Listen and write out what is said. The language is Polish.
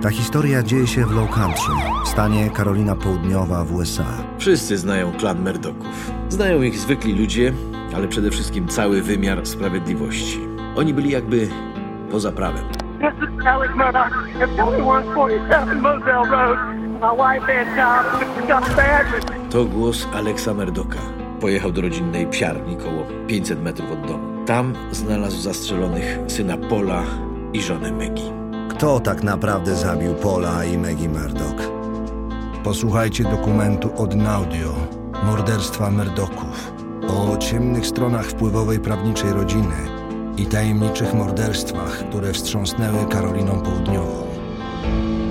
Ta historia dzieje się w Low Country, w stanie Karolina Południowa w USA. Wszyscy znają klan Murdochów. Znają ich zwykli ludzie, ale przede wszystkim cały wymiar sprawiedliwości. Oni byli jakby poza prawem. This is Alex Murdoch at 4147 Moselle Road. My wife and child got bad. To głos Alexa Murdocha. Pojechał do rodzinnej psiarni koło 500 metrów od domu. Tam znalazł zastrzelonych syna Paula i żonę Maggie. Kto tak naprawdę zabił Paula i Maggie Murdoch? Posłuchajcie dokumentu od Naudio, morderstwa Murdochów, o ciemnych stronach wpływowej prawniczej rodziny i tajemniczych morderstwach, które wstrząsnęły Karoliną Południową.